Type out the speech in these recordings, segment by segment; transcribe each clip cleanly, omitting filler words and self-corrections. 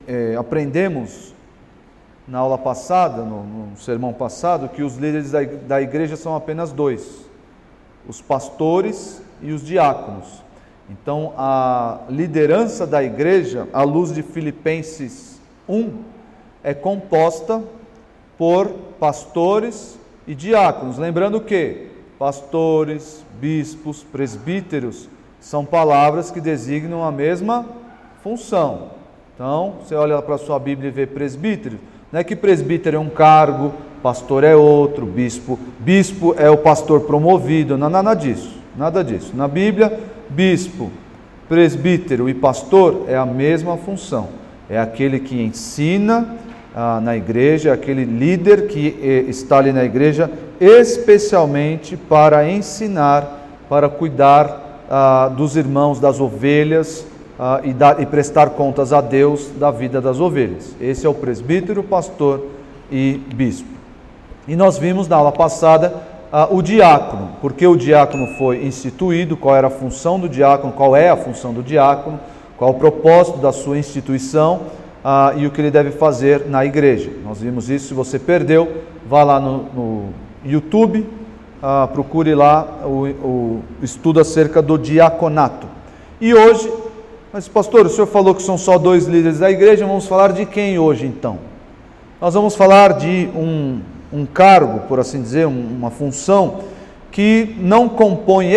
Aprendemos na aula passada, no sermão passado, que os líderes da igreja são apenas dois: os pastores e os diáconos. Então, a liderança da igreja, à luz de Filipenses 1, é composta por pastores e diáconos. Lembrando que pastores, bispos, presbíteros são palavras que designam a mesma função. Então, você olha para a sua Bíblia e vê presbítero, não é que presbítero é um cargo, pastor é outro, bispo é o pastor promovido, não, nada disso. Na Bíblia, bispo, presbítero e pastor é a mesma função. É aquele que ensina na igreja, é aquele líder que está ali na igreja especialmente para ensinar, para cuidar dos irmãos, das ovelhas, e prestar contas a Deus da vida das ovelhas. Esse é o presbítero, pastor e bispo. E nós vimos na aula passada o diácono, porque o diácono foi instituído, qual era a função do diácono, qual é a função do diácono, qual o propósito da sua instituição e o que ele deve fazer na igreja. Nós vimos isso. Se você perdeu, vá lá no YouTube, procure lá o estudo acerca do diaconato. E hoje, mas pastor, o senhor falou que são só dois líderes da igreja, vamos falar de quem hoje então? Nós vamos falar de um cargo, por assim dizer, uma função que não compõe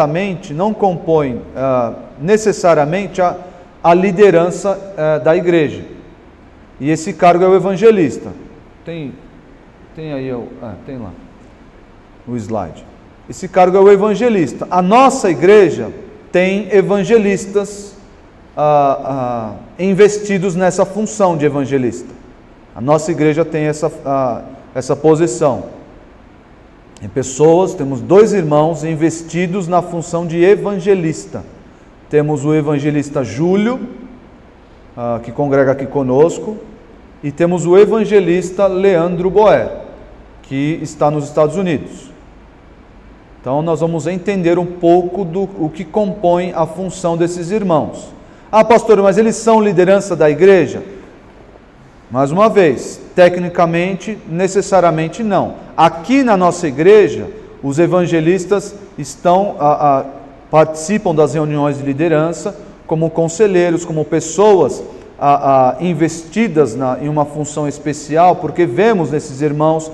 necessariamente a liderança da igreja. E esse cargo é o evangelista. Tem aí, tem lá o slide. Esse cargo é o evangelista. A nossa igreja tem evangelistas investidos nessa função de evangelista. A nossa igreja tem essa posição. Temos dois irmãos investidos na função de evangelista. Temos o evangelista Júlio, que congrega aqui conosco, e temos o evangelista Leandro Boer, que está nos Estados Unidos. Então nós vamos entender um pouco o que compõe a função desses irmãos. Pastor, mas eles são liderança da igreja? Mais uma vez, tecnicamente, necessariamente não. Aqui na nossa igreja, os evangelistas participam das reuniões de liderança como conselheiros, como pessoas investidas em uma função especial, porque vemos nesses irmãos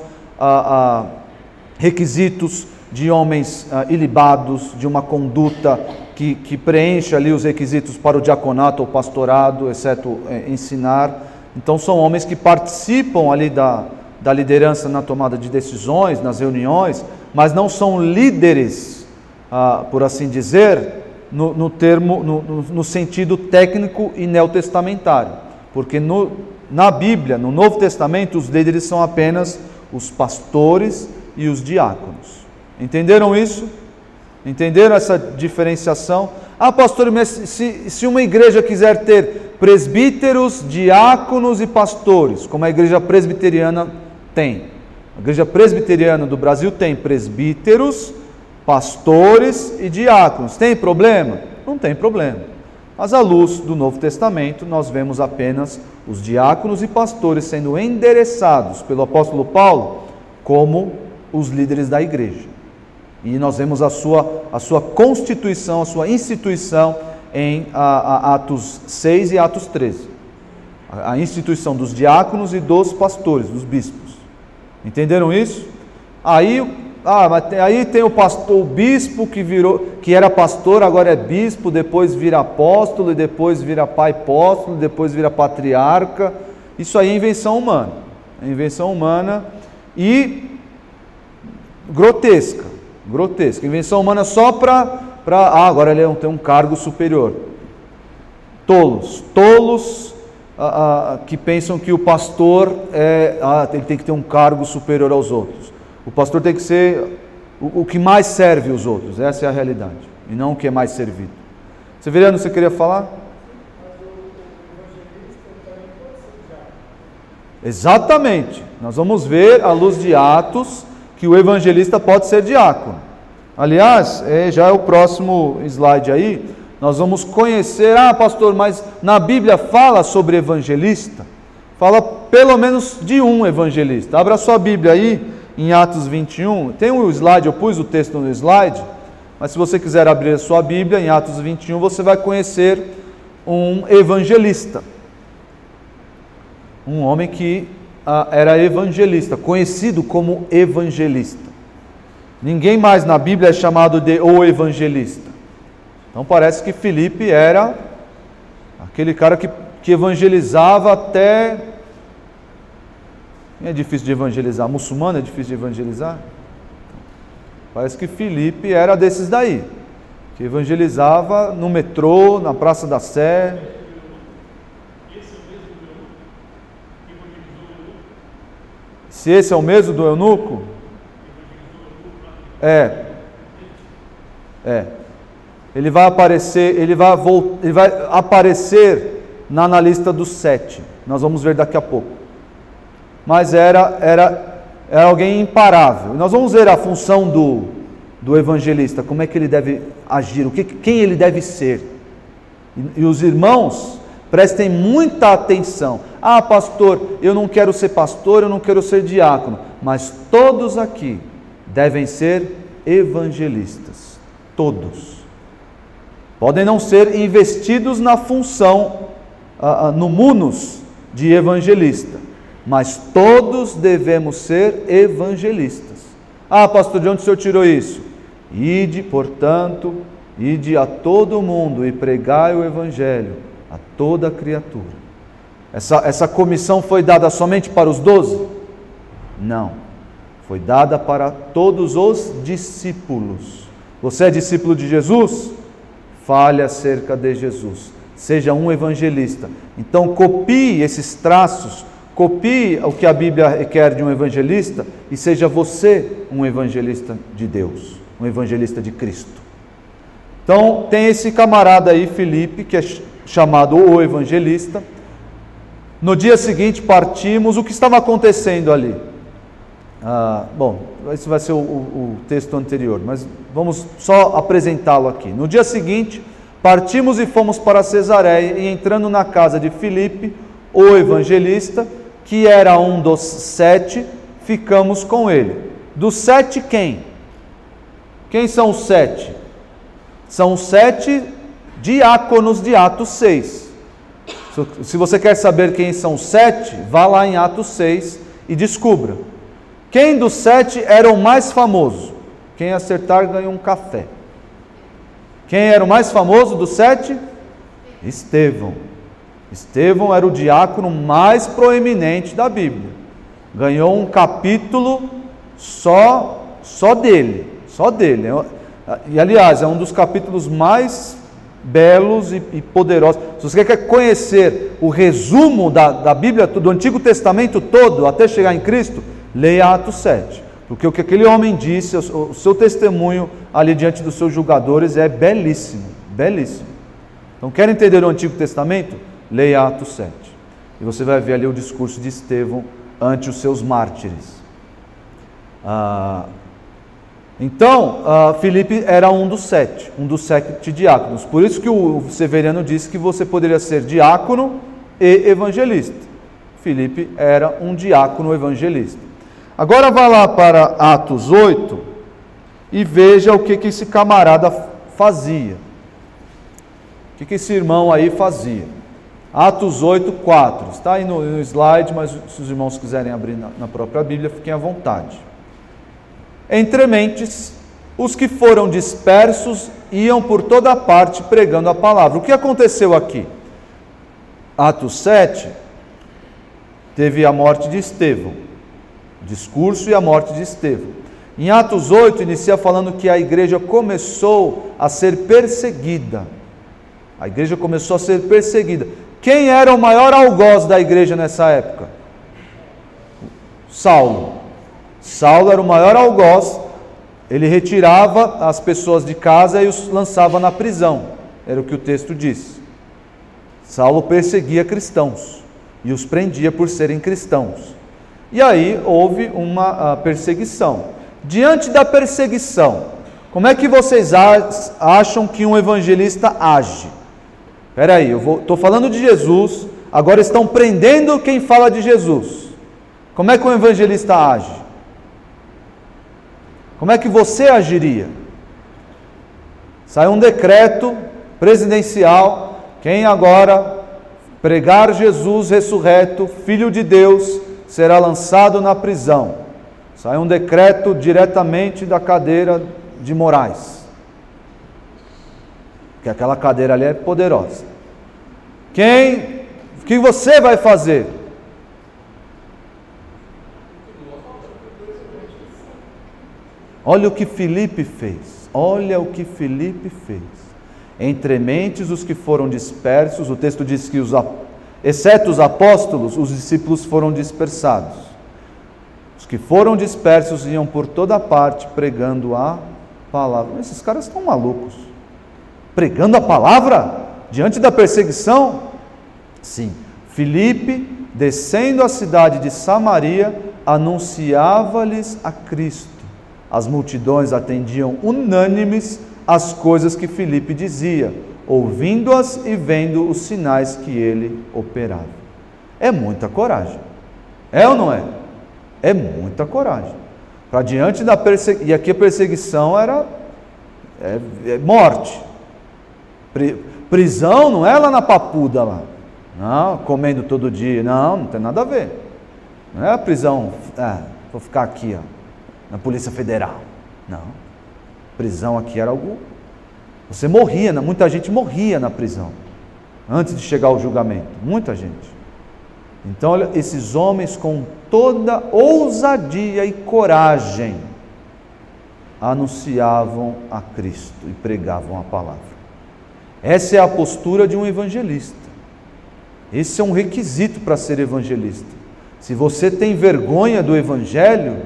requisitos de homens ilibados, de uma conduta que preenche ali os requisitos para o diaconato ou pastorado, exceto ensinar. Então são homens que participam ali da liderança na tomada de decisões, nas reuniões, mas não são líderes, por assim dizer, no sentido técnico e neotestamentário. Porque na Bíblia, no Novo Testamento, os líderes são apenas os pastores e os diáconos. Entenderam isso? Entenderam essa diferenciação? Pastor, mas se uma igreja quiser ter presbíteros, diáconos e pastores, como a igreja presbiteriana tem. A igreja presbiteriana do Brasil tem presbíteros, pastores e diáconos. Tem problema? Não tem problema. Mas à luz do Novo Testamento, nós vemos apenas os diáconos e pastores sendo endereçados pelo apóstolo Paulo como os líderes da igreja. E nós vemos a sua constituição, a sua instituição em Atos 6 e Atos 13. A instituição dos diáconos e dos pastores, dos bispos. Entenderam isso? Aí tem o bispo que era pastor, agora é bispo, depois vira apóstolo, e depois vira pai apóstolo, depois vira patriarca. Isso aí é invenção humana. É invenção humana e grotesca. Invenção humana só para agora ele tem um cargo superior. Tolos que pensam que o pastor ele tem que ter um cargo superior aos outros. O pastor tem que ser o que mais serve os outros. Essa é a realidade, e não o que é mais servido. Severiano, você queria falar? Exatamente. Nós vamos ver à luz de Atos que o evangelista pode ser diácono. Aliás, já é o próximo slide aí, nós vamos conhecer, pastor, mas na Bíblia fala sobre evangelista? Fala pelo menos de um evangelista. Abra sua Bíblia aí, em Atos 21, tem um slide, eu pus o texto no slide, mas se você quiser abrir a sua Bíblia, em Atos 21, você vai conhecer um evangelista. Um homem que era evangelista, conhecido como evangelista. Ninguém mais na Bíblia é chamado de o evangelista. Então parece que Filipe era aquele cara que evangelizava até... É difícil de evangelizar. Muçulmano é difícil de evangelizar? Parece que Filipe era desses daí, que evangelizava no metrô, na Praça da Sé. Se esse é o mesmo do eunuco? Ele vai aparecer na lista dos 7. Nós vamos ver daqui a pouco. Mas era alguém imparável. Nós vamos ver a função do evangelista, como é que ele deve agir, quem ele deve ser. E os irmãos, prestem muita atenção. Pastor, eu não quero ser pastor, eu não quero ser diácono, mas todos aqui devem ser evangelistas. Todos. Podem não ser investidos na função, no munus de evangelista, mas todos devemos ser evangelistas. Pastor, de onde o senhor tirou isso? Ide, portanto, ide a todo mundo e pregai o evangelho a toda criatura. Essa comissão foi dada somente para os 12? Não. Foi dada para todos os discípulos. Você é discípulo de Jesus? Fale acerca de Jesus. Seja um evangelista. Então copie esses traços, copie o que a Bíblia requer de um evangelista e seja você um evangelista de Deus, um evangelista de Cristo. Então tem esse camarada aí, Filipe, que é chamado o evangelista. No dia seguinte partimos. O que estava acontecendo ali? Esse vai ser o texto anterior, mas vamos só apresentá-lo aqui. No dia seguinte, partimos e fomos para Cesareia, e entrando na casa de Filipe, o evangelista, que era um dos 7, ficamos com ele. Dos 7 quem? Quem são os 7? São os 7 diáconos de Atos 6. Se você quer saber quem são os 7, vá lá em Atos 6 e descubra. Quem dos 7 era o mais famoso? Quem acertar ganha um café. Quem era o mais famoso dos 7? Estevão. Estevão era o diácono mais proeminente da Bíblia. Ganhou um capítulo só dele. E aliás, é um dos capítulos mais belos e poderosos. Se você quer conhecer o resumo da Bíblia, do Antigo Testamento todo, até chegar em Cristo, leia Atos 7, porque o que aquele homem disse, o seu testemunho ali diante dos seus julgadores é belíssimo, belíssimo. Então, quer entender o Antigo Testamento? Leia Atos 7, e você vai ver ali o discurso de Estevão ante os seus mártires. Então, Filipe era um dos 7 diáconos. Por isso que o Severiano disse que você poderia ser diácono e evangelista. Filipe era um diácono evangelista. Agora vá lá para Atos 8 e veja o que esse camarada fazia. O que esse irmão aí fazia. Atos 8, 4. Está aí no slide, mas se os irmãos quiserem abrir na própria Bíblia, fiquem à vontade. Entre mentes, os que foram dispersos iam por toda parte pregando a palavra. O que aconteceu aqui? Atos 7, teve a morte de Estevão. Discurso e a morte de Estevão. Em Atos 8, inicia falando que a igreja começou a ser perseguida. A igreja começou a ser perseguida. Quem era o maior algoz da igreja nessa época? Saulo. Saulo era o maior algoz. Ele retirava as pessoas de casa e os lançava na prisão. Era o que o texto diz. Saulo perseguia cristãos e os prendia por serem cristãos. E aí houve uma perseguição. Diante da perseguição, Como é que vocês acham que um evangelista age? Espera aí, estou falando de Jesus, agora estão prendendo quem fala de Jesus. Como é que um evangelista age? Como é que você agiria? Sai um decreto presidencial, quem agora pregar Jesus ressurreto, Filho de Deus, será lançado na prisão. Sai um decreto diretamente da cadeira de Moraes, porque aquela cadeira ali é poderosa. O que você vai fazer? Olha o que Filipe fez. Olha o que Filipe fez. Entre mentes os que foram dispersos, o texto diz que exceto os apóstolos, os discípulos foram dispersados. Os que foram dispersos iam por toda parte pregando a palavra. Esses caras estão malucos. Pregando a palavra diante da perseguição? Sim. Filipe, descendo a cidade de Samaria, anunciava-lhes a Cristo. As multidões atendiam unânimes às coisas que Filipe dizia, ouvindo-as e vendo os sinais que ele operava. É muita coragem. É ou não é? É muita coragem. Para diante da perseguição, e aqui a perseguição era morte. Prisão não é lá na Papuda lá. Não, comendo todo dia. Não tem nada a ver. Não é a prisão, vou ficar aqui, na Polícia Federal. Não. Prisão aqui era algo... Você morria, muita gente morria na prisão, antes de chegar ao julgamento. Muita gente. Então, olha, esses homens com toda ousadia e coragem anunciavam a Cristo e pregavam a palavra. Essa é a postura de um evangelista. Esse é um requisito para ser evangelista. Se você tem vergonha do evangelho,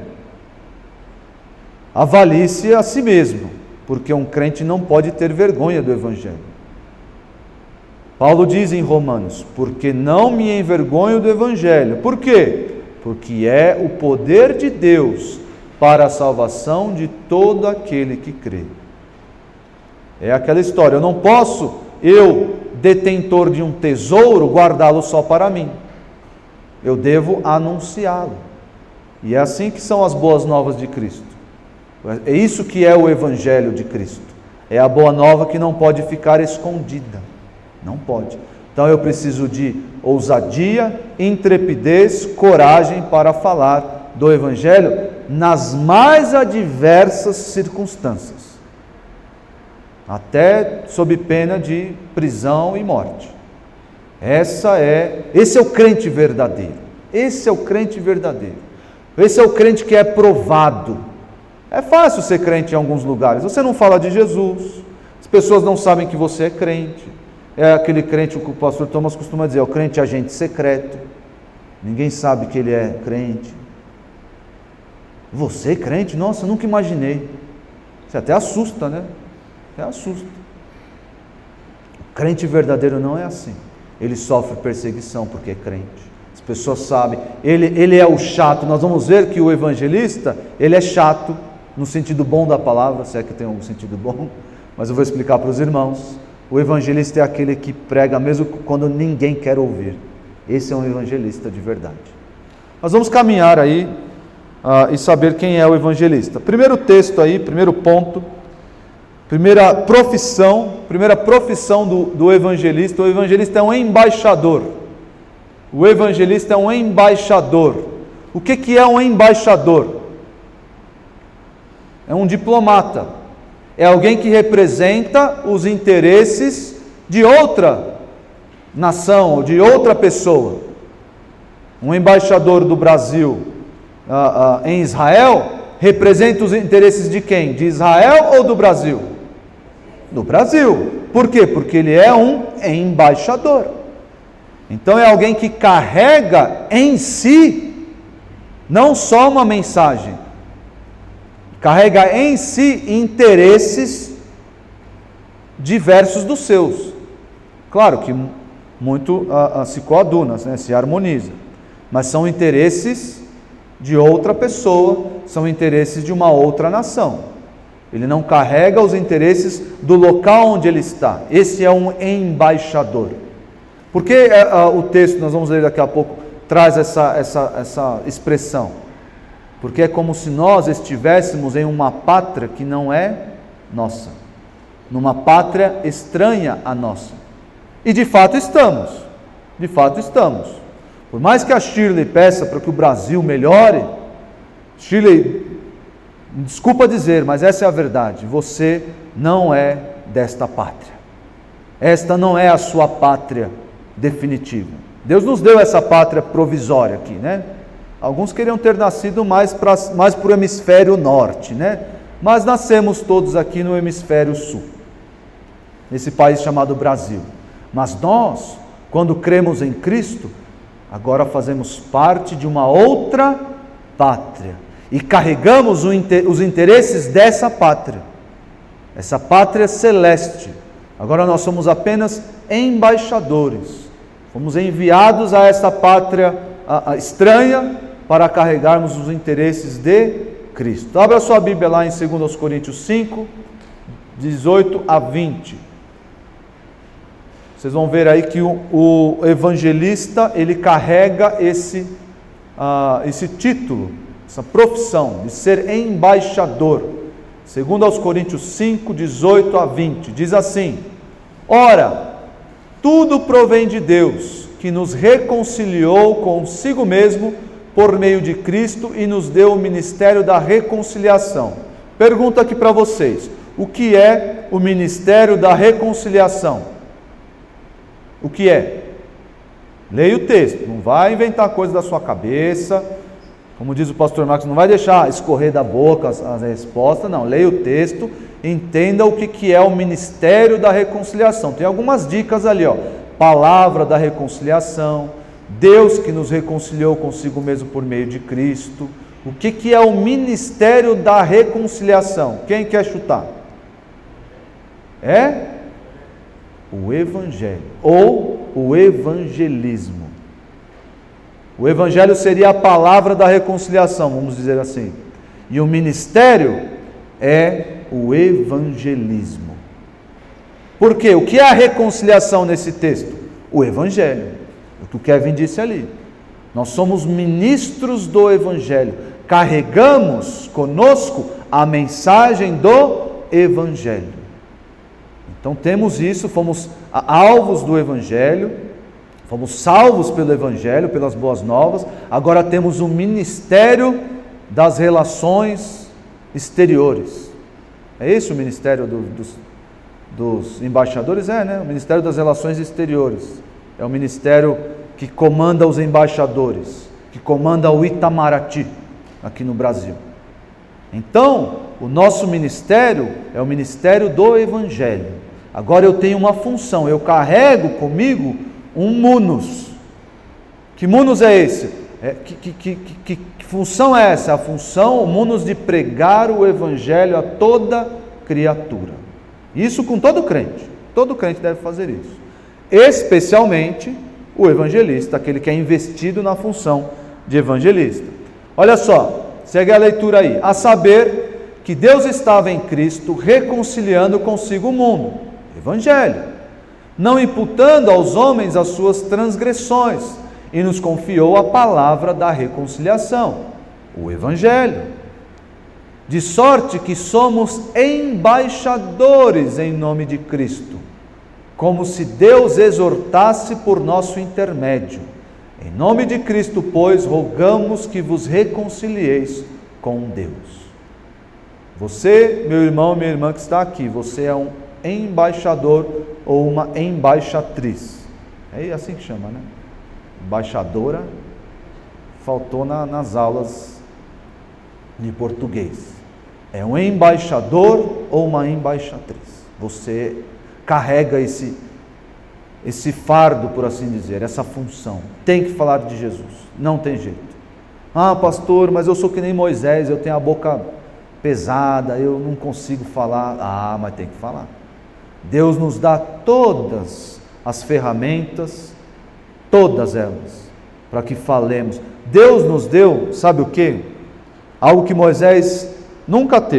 avalie-se a si mesmo, porque um crente não pode ter vergonha do evangelho. Paulo diz em Romanos, porque não me envergonho do evangelho. Por quê? Porque é o poder de Deus para a salvação de todo aquele que crê. É aquela história, eu não posso, detentor de um tesouro, guardá-lo só para mim. Eu devo anunciá-lo. E é assim que são as boas novas de Cristo. É isso que é o Evangelho de Cristo. É a boa nova que não pode ficar escondida. Não pode. Então eu preciso de ousadia, intrepidez, coragem para falar do Evangelho nas mais adversas circunstâncias. Até sob pena de prisão e morte. Esse é o crente verdadeiro. Esse é o crente verdadeiro. Esse é o crente que é provado. É fácil ser crente em alguns lugares. Você não fala de Jesus. As pessoas não sabem que você é crente. É aquele crente que o pastor Thomas costuma dizer, é o crente agente secreto. Ninguém sabe que ele é crente. Você é crente? Nossa, nunca imaginei. Você até assusta, né? Até assusta. O crente verdadeiro não é assim. Ele sofre perseguição porque é crente. As pessoas sabem. Ele é o chato. Nós vamos ver que o evangelista, ele é chato no sentido bom da palavra, se é que tem algum sentido bom, mas eu vou explicar para os irmãos. O evangelista é aquele que prega mesmo quando ninguém quer ouvir. Esse é um evangelista de verdade. Nós vamos caminhar aí e saber quem é o evangelista. Primeiro texto aí, primeiro ponto, primeira profissão do evangelista. O evangelista é um embaixador. O evangelista é um embaixador. O que é um embaixador? É um diplomata. É alguém que representa os interesses de outra nação, ou de outra pessoa. Um embaixador do Brasil em Israel representa os interesses de quem? De Israel ou do Brasil? Do Brasil. Por quê? Porque ele é um embaixador. Então é alguém que carrega em si não só uma mensagem, carrega em si interesses diversos dos seus. Claro que muito se coaduna, né, se harmoniza, mas são interesses de outra pessoa, são interesses de uma outra nação. Ele não carrega os interesses do local onde ele está. Esse é um embaixador. Por que o texto, nós vamos ler daqui a pouco, traz essa expressão? Porque é como se nós estivéssemos em uma pátria que não é nossa, numa pátria estranha à nossa. E de fato estamos. Por mais que a Shirley peça para que o Brasil melhore, Shirley, desculpa dizer, mas essa é a verdade, você não é desta pátria. Esta não é a sua pátria definitiva. Deus nos deu essa pátria provisória aqui, né? Alguns queriam ter nascido mais para o hemisfério norte, né? Mas nascemos todos aqui no hemisfério sul, nesse país chamado Brasil. Mas nós, quando cremos em Cristo, agora fazemos parte de uma outra pátria e carregamos os interesses dessa pátria, essa pátria celeste. Agora nós somos apenas embaixadores, fomos enviados a essa pátria estranha para carregarmos os interesses de Cristo. Abra sua Bíblia lá em 2 Coríntios 5, 18 a 20. Vocês vão ver aí que o evangelista, ele carrega esse título, essa profissão de ser embaixador. 2 Coríntios 5, 18 a 20, diz assim: ora, tudo provém de Deus, que nos reconciliou consigo mesmo por meio de Cristo e nos deu o ministério da reconciliação. Pergunta aqui para vocês: o que é o ministério da reconciliação? O que é? Leia o texto, não vai inventar coisa da sua cabeça, como diz o pastor Marcos, não vai deixar escorrer da boca a resposta, não. Leia o texto, entenda o que é o ministério da reconciliação. Tem algumas dicas ali, ó. Palavra da reconciliação, Deus que nos reconciliou consigo mesmo por meio de Cristo. O que é o ministério da reconciliação? Quem quer chutar? É o Evangelho, ou o evangelismo. O Evangelho seria a palavra da reconciliação, vamos dizer assim. E o ministério é o evangelismo. Por quê? O que é a reconciliação nesse texto? O Evangelho. O que o Kevin disse ali. Nós somos ministros do Evangelho. Carregamos conosco a mensagem do Evangelho. Então temos isso, fomos alvos do Evangelho, fomos salvos pelo Evangelho, pelas boas novas. Agora temos o ministério das relações exteriores. É esse o ministério dos embaixadores? É, né? O ministério das relações exteriores. É o ministério que comanda os embaixadores, que comanda o Itamaraty, aqui no Brasil. Então, o nosso ministério é o ministério do Evangelho. Agora eu tenho uma função, eu carrego comigo um munus. Que munus é esse? Que função é essa? A função, o munus de pregar o Evangelho a toda criatura. Isso com todo crente deve fazer isso. Especialmente o evangelista, aquele que é investido na função de evangelista. Olha só, segue a leitura aí. A saber que Deus estava em Cristo reconciliando consigo o mundo. Evangelho, não imputando aos homens as suas transgressões, e nos confiou a palavra da reconciliação, o Evangelho, de sorte que somos embaixadores em nome de Cristo, como se Deus exortasse por nosso intermédio. Em nome de Cristo, pois, rogamos que vos reconcilieis com Deus. Você, meu irmão, minha irmã que está aqui, você é um embaixador ou uma embaixatriz. É assim que chama, né? Embaixadora, faltou nas aulas de português. É um embaixador ou uma embaixatriz. Você carrega esse fardo, por assim dizer, essa função. Tem que falar de Jesus, não tem jeito. Ah, pastor, mas eu sou que nem Moisés, eu tenho a boca pesada, eu não consigo falar. Ah, mas tem que falar. Deus nos dá todas as ferramentas, todas elas, para que falemos. Deus nos deu, sabe o quê? Algo que Moisés nunca teve.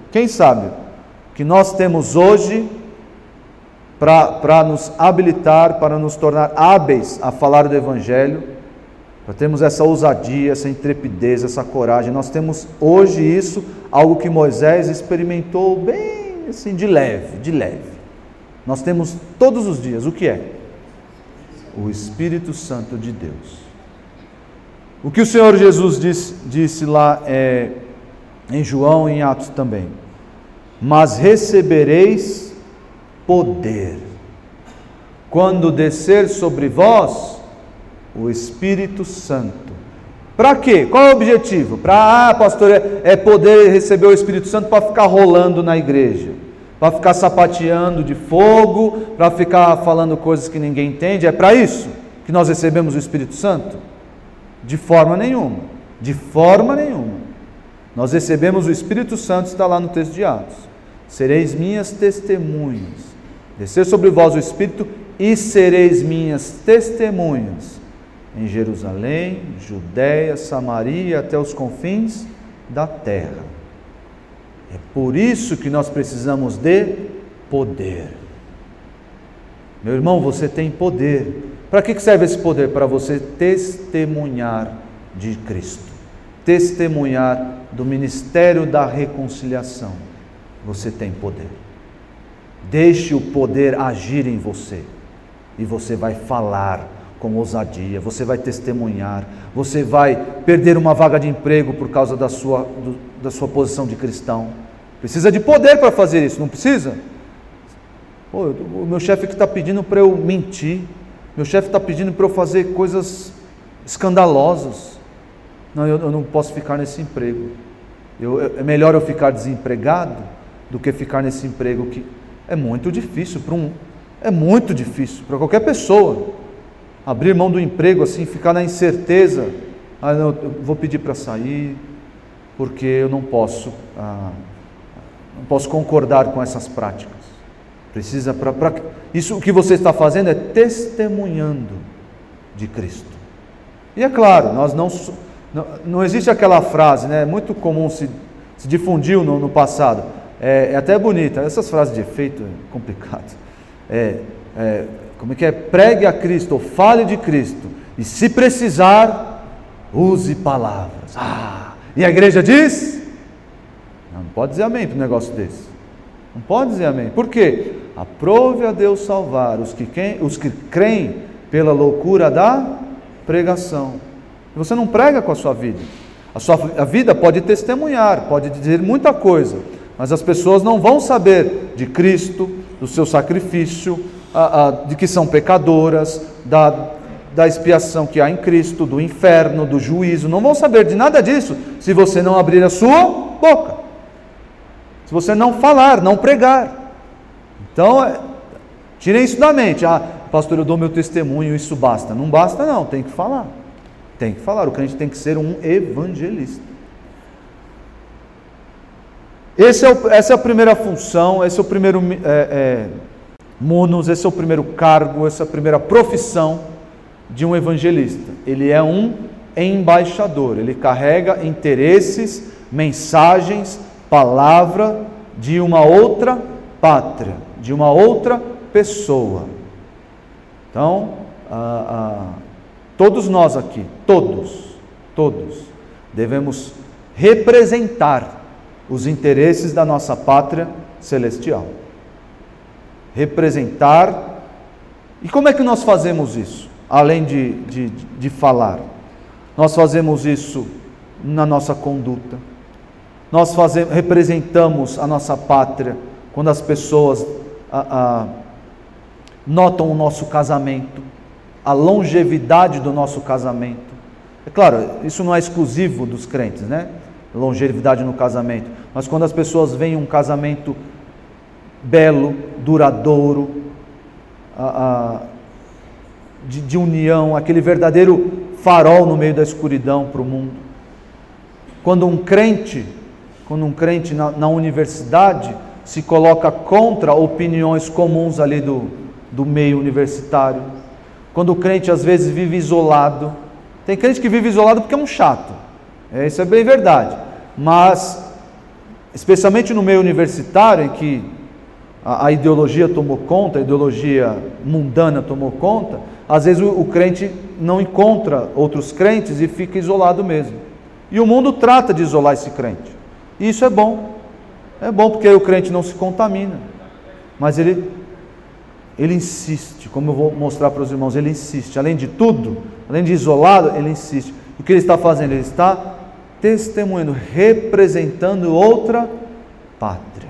Quem sabe que nós temos hoje para nos habilitar, para nos tornar hábeis a falar do Evangelho, para termos essa ousadia, essa intrepidez, essa coragem. Nós temos hoje isso, algo que Moisés experimentou bem assim, de leve. Nós temos todos os dias, o que é? O Espírito Santo de Deus. O que o Senhor Jesus disse lá em João e em Atos também. Mas recebereis poder, quando descer sobre vós o Espírito Santo. Para quê? Qual é o objetivo? Pastor, é poder receber o Espírito Santo para ficar rolando na igreja, para ficar sapateando de fogo, para ficar falando coisas que ninguém entende. É para isso que nós recebemos o Espírito Santo? De forma nenhuma. De forma nenhuma. Nós recebemos o Espírito Santo, está lá no texto de Atos. Sereis minhas testemunhas. Descer sobre vós o Espírito e sereis minhas testemunhas em Jerusalém, Judéia, Samaria, até os confins da terra. É por isso que nós precisamos de poder. Meu irmão, você tem poder. Para que serve esse poder? Para você testemunhar de Cristo, testemunhar do ministério da reconciliação. Você tem poder. Deixe o poder agir em você e você vai falar com ousadia, você vai testemunhar, você vai perder uma vaga de emprego por causa da sua posição de cristão. Precisa de poder para fazer isso, não precisa? O meu chefe que está pedindo para eu mentir, meu chefe está pedindo para eu fazer coisas escandalosas. Não, eu não posso ficar nesse emprego. É melhor eu ficar desempregado do que ficar nesse emprego que é muito difícil para qualquer pessoa. Abrir mão do emprego assim, ficar na incerteza. Eu vou pedir para sair, porque eu não posso concordar com essas práticas. Precisa isso, o que você está fazendo é testemunhando de Cristo. E é claro, nós não existe aquela frase, né? Muito comum, se difundiu no passado. É até bonita, essas frases de efeito é complicado. Como é que é? Pregue a Cristo, ou fale de Cristo, e se precisar, use palavras. E a igreja diz? Não pode dizer amém para um negócio desse. Não pode dizer amém. Por quê? Aprove a Deus salvar os que creem pela loucura da pregação. E você não prega com a sua vida. A vida pode testemunhar, pode dizer muita coisa, mas as pessoas não vão saber de Cristo, do seu sacrifício, de que são pecadoras, da expiação que há em Cristo, do inferno, do juízo. Não vão saber de nada disso se você não abrir a sua boca, se você não falar, não pregar. Então, tirem isso da mente. Pastor, eu dou meu testemunho, isso basta. Não basta não, tem que falar. Tem que falar, o crente tem que ser um evangelista. Essa é a primeira função, esse é o primeiro munus, esse é o primeiro cargo, essa é a primeira profissão de um evangelista. Ele é um embaixador, ele carrega interesses, mensagens, palavra de uma outra pátria, de uma outra pessoa. Então, todos nós aqui, todos, devemos representar os interesses da nossa pátria celestial. Representar. E como é que nós fazemos isso? Além de falar. Nós fazemos isso na nossa conduta. Nós representamos a nossa pátria quando as pessoas notam o nosso casamento, a longevidade do nosso casamento. É claro, isso não é exclusivo dos crentes, né? Longevidade no casamento. Mas quando as pessoas veem um casamento belo, duradouro, de união, aquele verdadeiro farol no meio da escuridão para o mundo. Quando um crente na universidade se coloca contra opiniões comuns ali do meio universitário. Quando o crente às vezes vive isolado. Tem crente que vive isolado porque é um chato. Isso é bem verdade. Mas especialmente no meio universitário, em que a ideologia tomou conta, a ideologia mundana tomou conta, às vezes o crente não encontra outros crentes e fica isolado mesmo. E o mundo trata de isolar esse crente. E isso é bom porque aí o crente não se contamina. Mas ele insiste, como eu vou mostrar para os irmãos, ele insiste. Além de tudo, além de isolado, ele insiste. O que ele está fazendo? Ele está testemunhando, representando outra pátria.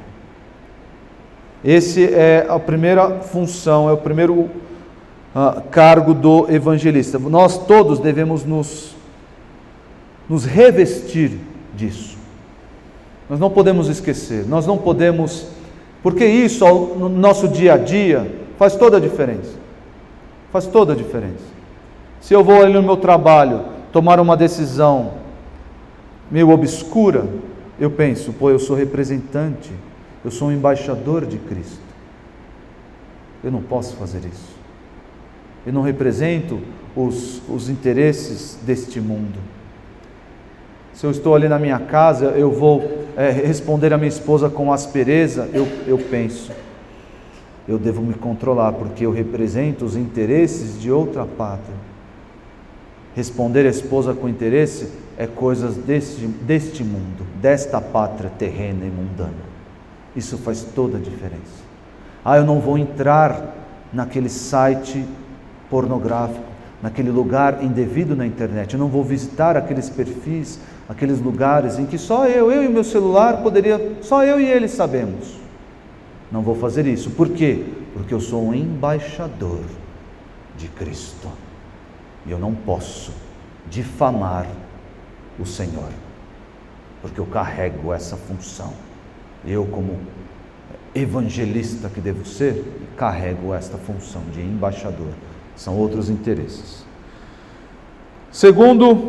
Esse é a primeira função, é o primeiro cargo do evangelista. Nós todos devemos nos revestir disso. Nós não podemos esquecer, nós não podemos, porque isso no nosso dia a dia faz toda a diferença. Faz toda a diferença. Se eu vou ali no meu trabalho tomar uma decisão meio obscura, eu penso, eu sou representante, eu sou um embaixador de Cristo. Eu não posso fazer isso. Eu não represento os interesses deste mundo. Se eu estou ali na minha casa, eu vou responder a minha esposa com aspereza, eu penso, eu devo me controlar, porque eu represento os interesses de outra pátria. Responder a esposa com interesse é coisas deste mundo, desta pátria terrena e mundana. Isso faz toda a diferença. Eu não vou entrar naquele site pornográfico, naquele lugar indevido na internet. Eu não vou visitar aqueles perfis, aqueles lugares em que só eu e o meu celular só eu e ele sabemos. Não vou fazer isso. Por quê? Porque eu sou um embaixador de Cristo. E eu não posso difamar o Senhor, porque eu carrego essa função. Eu, como evangelista que devo ser, carrego esta função de embaixador. São outros interesses. Segunda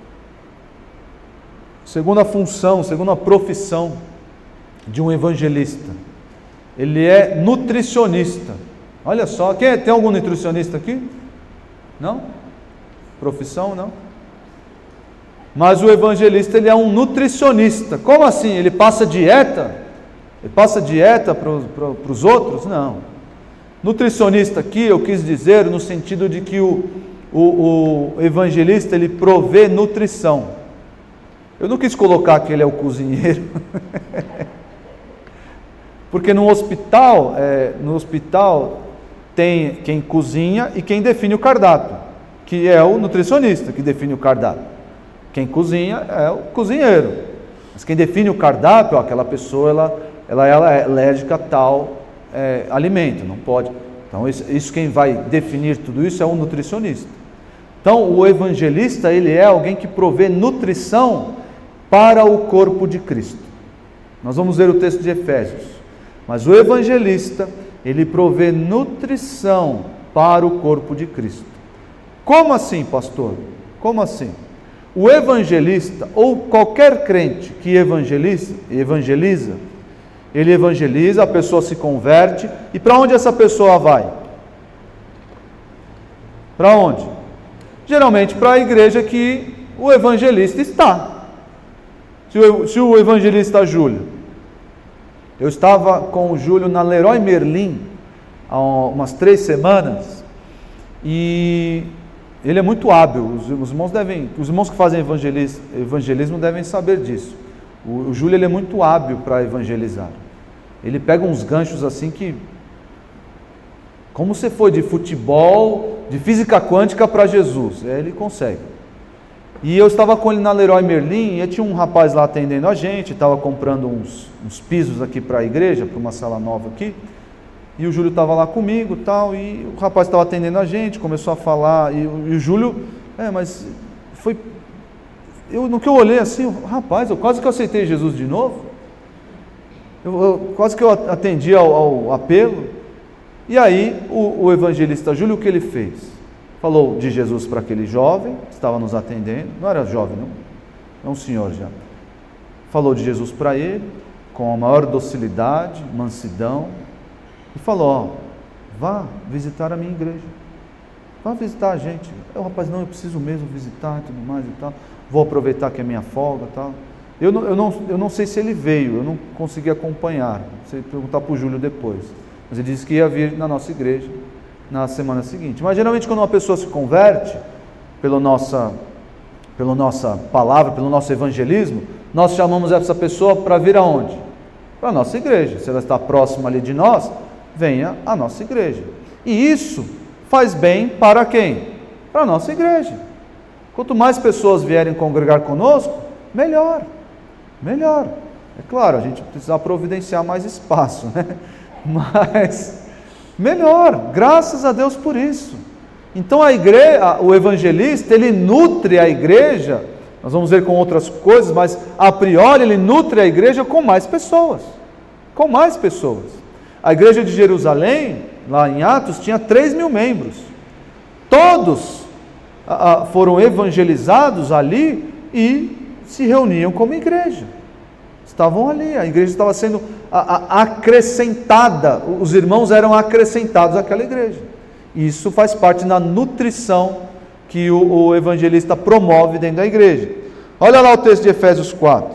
função, segunda profissão de um evangelista, ele é nutricionista. Olha só, tem algum nutricionista aqui? Não? Profissão, não? Mas o evangelista, ele é um nutricionista. Como assim? Ele passa dieta? Ele passa dieta para os outros? Não. Nutricionista aqui, eu quis dizer no sentido de que o evangelista, ele provê nutrição. Eu não quis colocar que ele é o cozinheiro. Porque no hospital tem quem cozinha e quem define o cardápio, que é o nutricionista que define o cardápio. Quem cozinha é o cozinheiro, mas quem define o cardápio, aquela pessoa, ela é alérgica a tal alimento, não pode. Então isso quem vai definir tudo isso é um nutricionista. Então o evangelista, ele é alguém que provê nutrição para o corpo de Cristo. Nós vamos ver o texto de Efésios. Mas o evangelista, ele provê nutrição para o corpo de Cristo. Como assim, pastor? Como assim? O evangelista, ou qualquer crente que evangeliza, ele evangeliza, a pessoa se converte, e para onde essa pessoa vai? Para onde? Geralmente para a igreja que o evangelista está. Se o evangelista Júlio, eu estava com o Júlio na Leroy Merlin há umas 3 semanas, e ele é muito hábil. Os irmãos que fazem evangelismo devem saber disso. O Júlio, ele é muito hábil para evangelizar. Ele pega uns ganchos assim que, como você foi de futebol, de física quântica para Jesus, ele consegue. E eu estava com ele na Leroy Merlin, e tinha um rapaz lá atendendo a gente, estava comprando uns pisos aqui para a igreja, para uma sala nova aqui, e o Júlio estava lá comigo tal, e o rapaz estava atendendo a gente, começou a falar, e o Júlio, mas foi, no que eu olhei assim, rapaz, eu quase que aceitei Jesus de novo, quase que eu atendi ao apelo. E aí o evangelista Júlio, o que ele fez? Falou de Jesus para aquele jovem que estava nos atendendo, não era jovem não, é um senhor já. Falou de Jesus para ele, com a maior docilidade, mansidão, e falou, vá visitar a minha igreja, vá visitar a gente. O rapaz, não, eu preciso mesmo visitar e tudo mais e tal, vou aproveitar que é minha folga e tal. Eu não sei se ele veio, eu não consegui acompanhar. Você perguntar para o Júlio depois. Mas ele disse que ia vir na nossa igreja na semana seguinte. Mas geralmente quando uma pessoa se converte, pela nossa palavra, pelo nosso evangelismo, nós chamamos essa pessoa para vir aonde? Para a nossa igreja. Se ela está próxima ali de nós, venha à nossa igreja. E isso faz bem para quem? Para a nossa igreja. Quanto mais pessoas vierem congregar conosco, melhor. Melhor. É claro, a gente precisa providenciar mais espaço, né? Mas melhor, graças a Deus por isso. Então o evangelista, ele nutre a igreja, nós vamos ver com outras coisas, mas a priori ele nutre a igreja com mais pessoas. Com mais pessoas. A igreja de Jerusalém, lá em Atos, tinha 3.000 membros. Todos foram evangelizados ali e se reuniam como igreja. Estavam ali, a igreja estava sendo acrescentada, os irmãos eram acrescentados àquela igreja. Isso faz parte da nutrição que o evangelista promove dentro da igreja. Olha lá o texto de Efésios 4.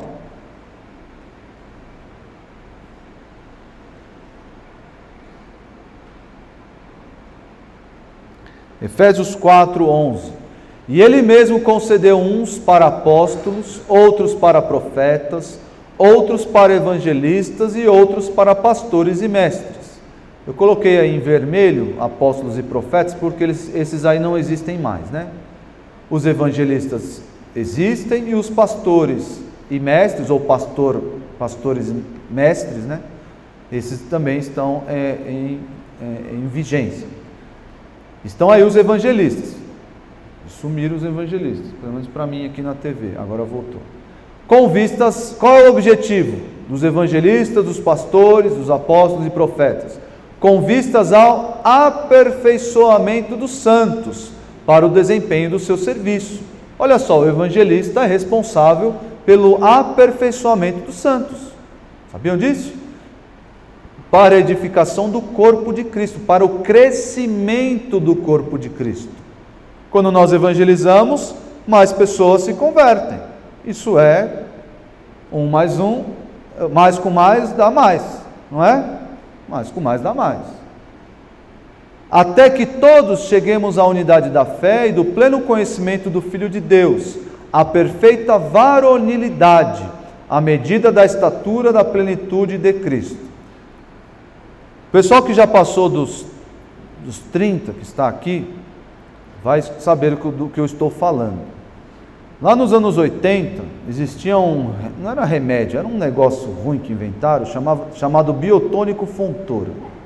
Efésios 4, 11. E ele mesmo concedeu uns para apóstolos, outros para profetas, outros para evangelistas e outros para pastores e mestres. Eu coloquei aí em vermelho apóstolos e profetas porque esses aí não existem mais, né? Os evangelistas existem e os pastores e mestres, ou pastores e mestres, né? Esses também estão em vigência. Estão aí os evangelistas. Sumiram os evangelistas, pelo menos para mim aqui na TV, agora voltou. Com vistas, qual é o objetivo dos evangelistas, dos pastores, dos apóstolos e profetas? Com vistas ao aperfeiçoamento dos santos, para o desempenho do seu serviço. Olha só, o evangelista é responsável pelo aperfeiçoamento dos santos. Sabiam disso? Para a edificação do corpo de Cristo, para o crescimento do corpo de Cristo. Quando nós evangelizamos, mais pessoas se convertem. Isso é 1 mais 1, mais com mais dá mais, não é? Mais com mais dá mais. Até que todos cheguemos à unidade da fé e do pleno conhecimento do Filho de Deus, à perfeita varonilidade, à medida da estatura da plenitude de Cristo. O pessoal que já passou dos 30, que está aqui, vai saber do que eu estou falando. Lá nos anos 80, existia não era remédio, era um negócio ruim que inventaram, chamado biotônico Fontoura.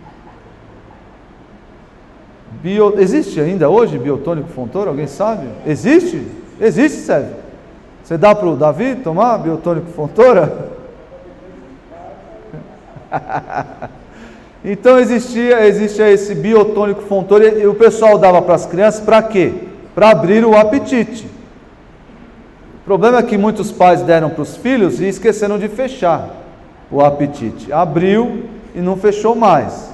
Existe ainda hoje biotônico Fontoura? Alguém sabe? Existe? Existe, Sérgio? Você dá para o Davi tomar biotônico Fontoura? Então existe esse biotônico Fontoura e o pessoal dava para as crianças para quê? Para abrir o apetite. O problema é que muitos pais deram para os filhos e esqueceram de fechar o apetite. Abriu e não fechou mais.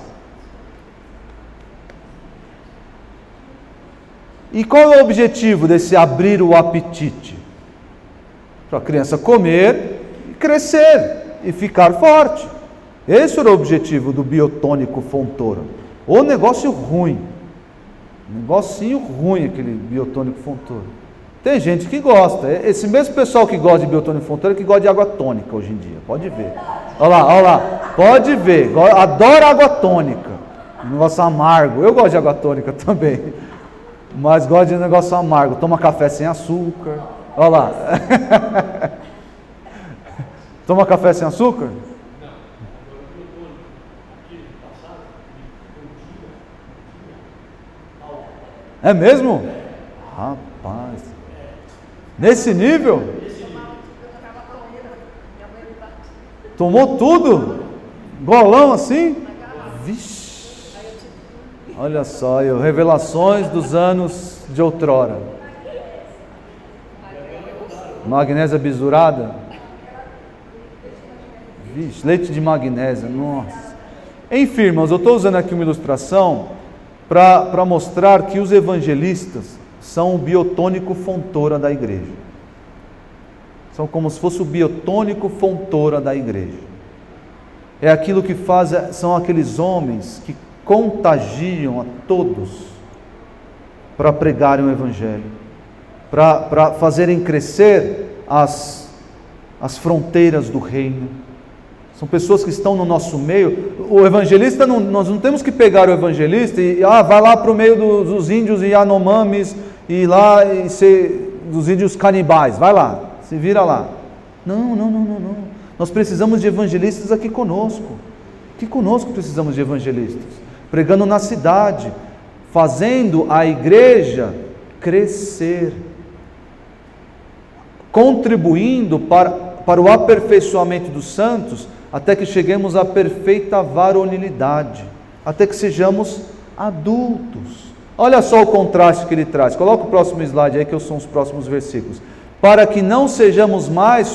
E qual é o objetivo desse abrir o apetite? Para a criança comer e crescer e ficar forte. Esse era o objetivo do biotônico Fontoura. O negocinho ruim. Negocinho ruim aquele biotônico Fontoura. Tem gente que gosta. Esse mesmo pessoal que gosta de biotônico Fontoura que gosta de água tônica hoje em dia. Pode ver. Olha lá. Pode ver. Adoro água tônica. Negócio amargo. Eu gosto de água tônica também. Mas gosto de negócio amargo. Toma café sem açúcar. Olha lá. Toma café sem açúcar? É mesmo? Rapaz. Nesse nível? Tomou tudo? Golão assim? Vixe. Olha só, revelações dos anos de outrora. Magnésia bisurada? Vixe, leite de magnésia, nossa. Enfim, irmãos, eu estou usando aqui uma ilustração para mostrar que os evangelistas são o biotônico Fontoura da igreja. São como se fosse o biotônico fontoura da igreja. É aquilo que faz, são aqueles homens que contagiam a todos para pregarem o Evangelho, para fazerem crescer as fronteiras do reino. São pessoas que estão no nosso meio. O evangelista, nós não temos que pegar o evangelista e vai lá para o meio dos índios Yanomamis e lá e ser dos índios canibais, vai lá, se vira lá. Não. Nós precisamos de evangelistas aqui conosco. Aqui conosco precisamos de evangelistas, pregando na cidade, fazendo a igreja crescer, contribuindo para o aperfeiçoamento dos santos, até que cheguemos à perfeita varonilidade, até que sejamos adultos. Olha só o contraste que ele traz. Coloca o próximo slide aí, que são os próximos versículos. Para que não sejamos mais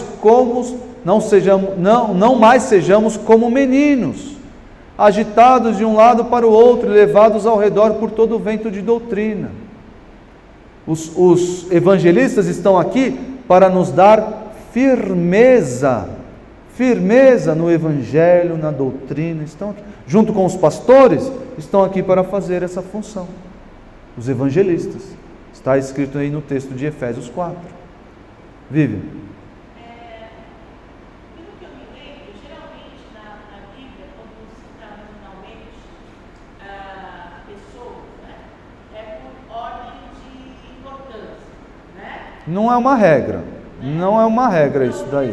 não mais sejamos como meninos, agitados de um lado para o outro, levados ao redor por todo o vento de doutrina. Os evangelistas estão aqui para nos dar firmeza no Evangelho, na doutrina. Estão aqui, junto com os pastores, estão aqui para fazer essa função. Os evangelistas. Está escrito aí no texto de Efésios 4. Vivian. Pelo que eu me lembro, geralmente na Bíblia, quando cita nominalmente pessoas, é por ordem de importância, né? Não é uma regra. Não é uma regra isso daí.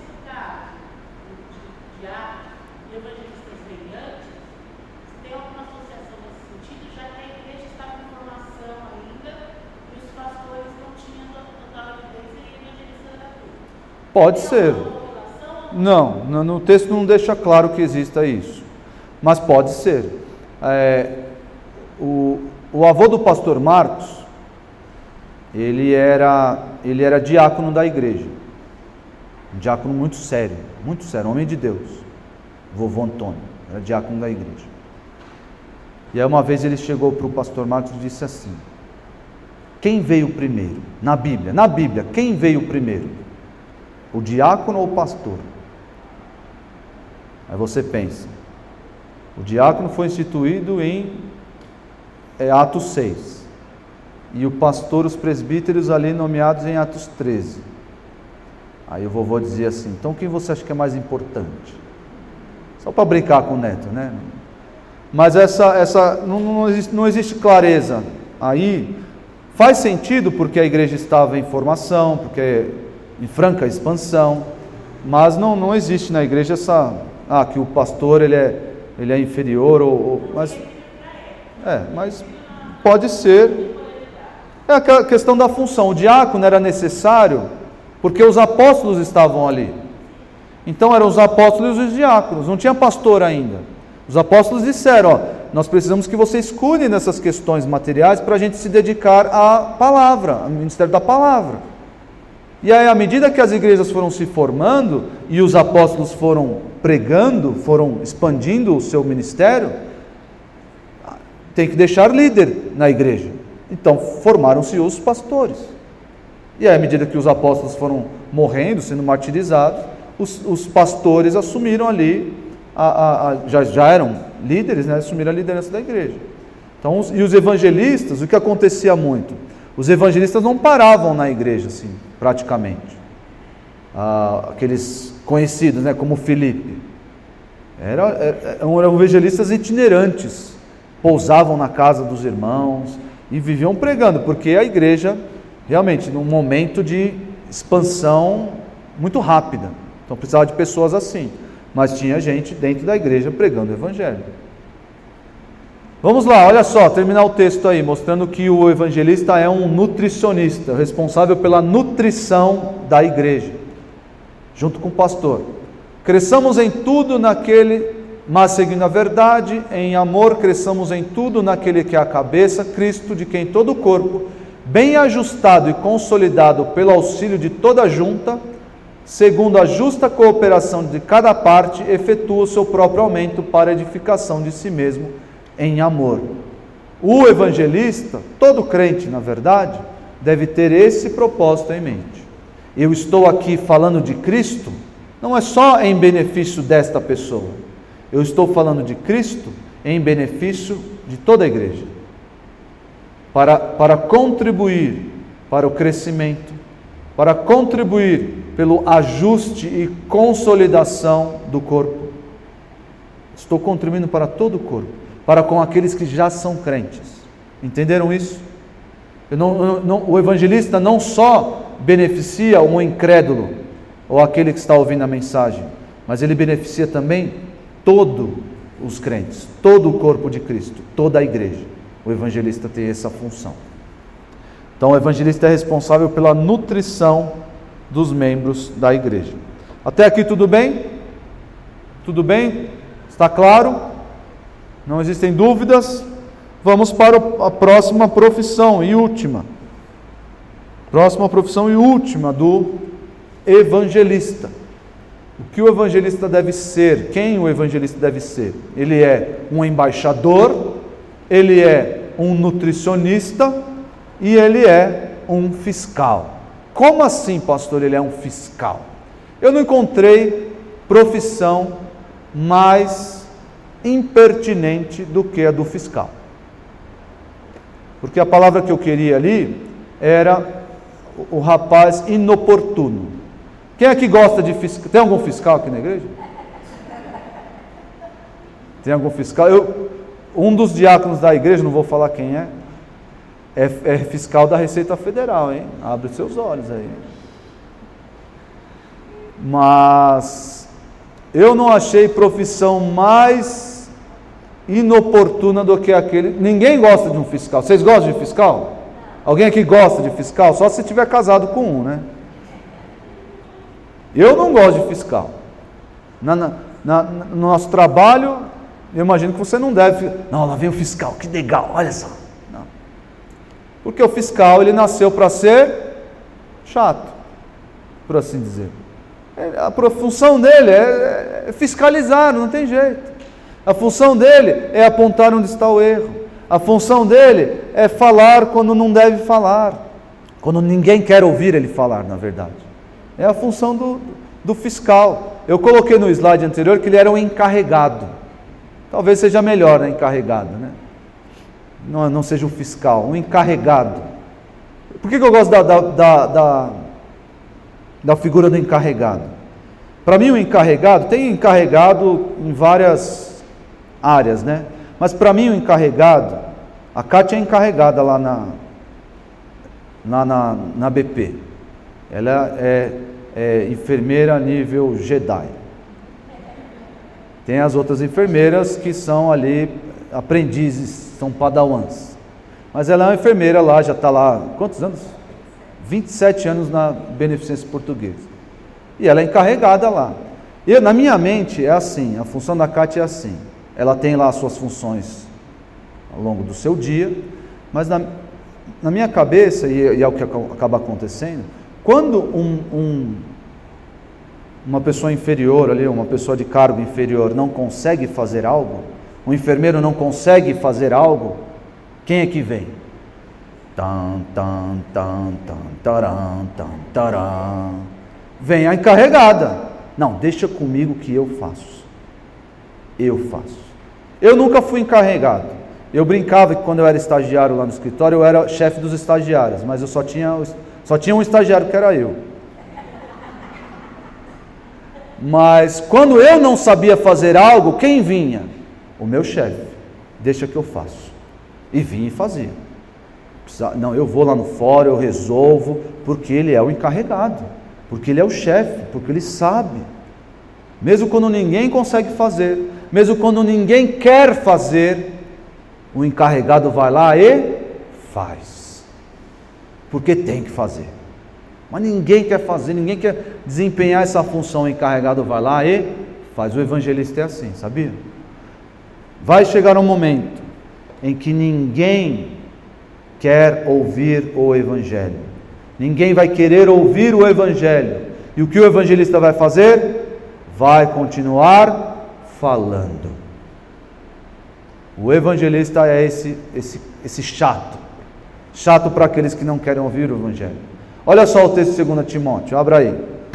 Pode ser. Não, no texto não deixa claro que exista isso, mas pode ser. O avô do pastor Marcos, ele era diácono da igreja, um diácono muito sério, homem de Deus, vovô Antônio, era diácono da igreja. E aí uma vez ele chegou para o pastor Marcos e disse assim: quem veio primeiro? Na Bíblia, quem veio primeiro? O diácono ou o pastor? Aí você pensa, o diácono foi instituído em Atos 6, e o pastor, os presbíteros ali nomeados em Atos 13. Aí o vovô dizia assim: então quem você acha que é mais importante? Só para brincar com o neto, né? Mas não existe clareza aí. Faz sentido porque a igreja estava em formação, porque em franca expansão, mas não existe na igreja que o pastor ele é inferior, mas pode ser. É a questão da função. O diácono era necessário porque os apóstolos estavam ali. Então eram os apóstolos e os diáconos, não tinha pastor ainda. Os apóstolos disseram: nós precisamos que vocês cuidem dessas questões materiais para a gente se dedicar à palavra, ao ministério da palavra. E aí, à medida que as igrejas foram se formando e os apóstolos foram pregando, foram expandindo o seu ministério, tem que deixar líder na igreja. Então formaram-se os pastores. E aí, à medida que os apóstolos foram morrendo, sendo martirizados, os pastores assumiram ali, já eram líderes, né? Assumiram a liderança da igreja. Então, e os evangelistas, o que acontecia muito? Os evangelistas não paravam na igreja, assim, praticamente. Aqueles conhecidos, né, como Filipe. Eram evangelistas itinerantes, pousavam na casa dos irmãos e viviam pregando, porque a igreja, realmente, num momento de expansão muito rápida. Então precisava de pessoas assim. Mas tinha gente dentro da igreja pregando o evangelho. Vamos lá, olha só, terminar o texto aí, mostrando que o evangelista é um nutricionista, responsável pela nutrição da igreja, junto com o pastor. Cresçamos em tudo naquele, mas seguindo a verdade, em amor, cresçamos em tudo naquele que é a cabeça, Cristo, de quem todo o corpo, bem ajustado e consolidado pelo auxílio de toda a junta, segundo a justa cooperação de cada parte, efetua o seu próprio aumento para a edificação de si mesmo, em amor. O evangelista, todo crente na verdade, deve ter esse propósito em mente. eu estou aqui falando de Cristo, não é só em benefício desta pessoa. Eu estou falando de Cristo em benefício de toda a igreja. Para contribuir para o crescimento, para contribuir pelo ajuste e consolidação do corpo. Estou contribuindo para todo o corpo, para com aqueles que já são crentes. Entenderam isso? O evangelista não só beneficia um incrédulo, ou aquele que está ouvindo a mensagem, mas ele beneficia também todos os crentes, todo o corpo de Cristo, toda a igreja. O evangelista tem essa função. Então o evangelista é responsável pela nutrição dos membros da igreja. Até aqui tudo bem? Tudo bem? Está claro? Não existem dúvidas? Vamos para a próxima profissão e última. Próxima profissão e última do evangelista. O que o evangelista deve ser? Quem o evangelista deve ser? Ele é um embaixador, ele é um nutricionista e ele é um fiscal. Como assim, pastor, ele é um fiscal? Eu não encontrei profissão mais impertinente do que a do fiscal. Porque a palavra que eu queria ali era o rapaz inoportuno. Quem é que gosta de fiscal? Tem algum fiscal aqui na igreja? Tem algum fiscal? Um dos diáconos da igreja, não vou falar quem é fiscal da Receita Federal, hein? Abre seus olhos aí. Mas eu não achei profissão mais inoportuna do que aquele. Ninguém gosta de um fiscal. Vocês gostam de fiscal? Alguém aqui gosta de fiscal? Só se tiver casado com um, né? Eu não gosto de fiscal. No nosso trabalho, eu imagino que você não deve. Não, lá vem o fiscal, que legal, olha só. Não. Porque o fiscal, ele nasceu para ser chato, por assim dizer. A função dele é fiscalizar, não tem jeito. A função dele é apontar onde está o erro. A função dele é falar quando não deve falar. Quando ninguém quer ouvir ele falar, na verdade. É a função do fiscal. Eu coloquei no slide anterior que ele era um encarregado. Talvez seja melhor, né, encarregado, né? Não seja um fiscal, um encarregado. Por que eu gosto da figura do encarregado? Para mim, o encarregado, tem encarregado em várias áreas, né? Mas para mim, o encarregado, a Kátia é encarregada lá na BP. Ela é enfermeira nível Jedi. Tem as outras enfermeiras que são ali aprendizes, são padawans. Mas ela é uma enfermeira lá, já está lá, quantos anos? 27 anos na Beneficência Portuguesa. E ela é encarregada lá. E na minha mente é assim, a função da Kátia é assim. Ela tem lá as suas funções ao longo do seu dia, mas na minha cabeça, e é o que acaba acontecendo, quando uma pessoa inferior ali, uma pessoa de cargo inferior não consegue fazer algo, um enfermeiro não consegue fazer algo, quem é que vem? Vem a encarregada. Não, deixa comigo que eu faço. Eu nunca fui encarregado. Eu brincava que quando eu era estagiário lá no escritório, eu era chefe dos estagiários, mas eu só tinha um estagiário que era eu. Mas quando eu não sabia fazer algo, quem vinha? O meu chefe. Deixa que eu faço. E vinha e fazia. Não, eu vou lá no fórum, eu resolvo, porque ele é o encarregado, porque ele é o chefe, porque ele sabe. Mesmo quando ninguém consegue fazer, mesmo quando ninguém quer fazer, o encarregado vai lá e faz. Porque tem que fazer. Mas ninguém quer fazer, ninguém quer desempenhar essa função. O encarregado vai lá e faz. O evangelista é assim, sabia? Vai chegar um momento em que ninguém quer ouvir o evangelho. Ninguém vai querer ouvir o evangelho. E o que o evangelista vai fazer? Vai continuar falando. O evangelista é esse chato. Chato para aqueles que não querem ouvir o evangelho. Olha só o texto de 2 Timóteo, abra aí.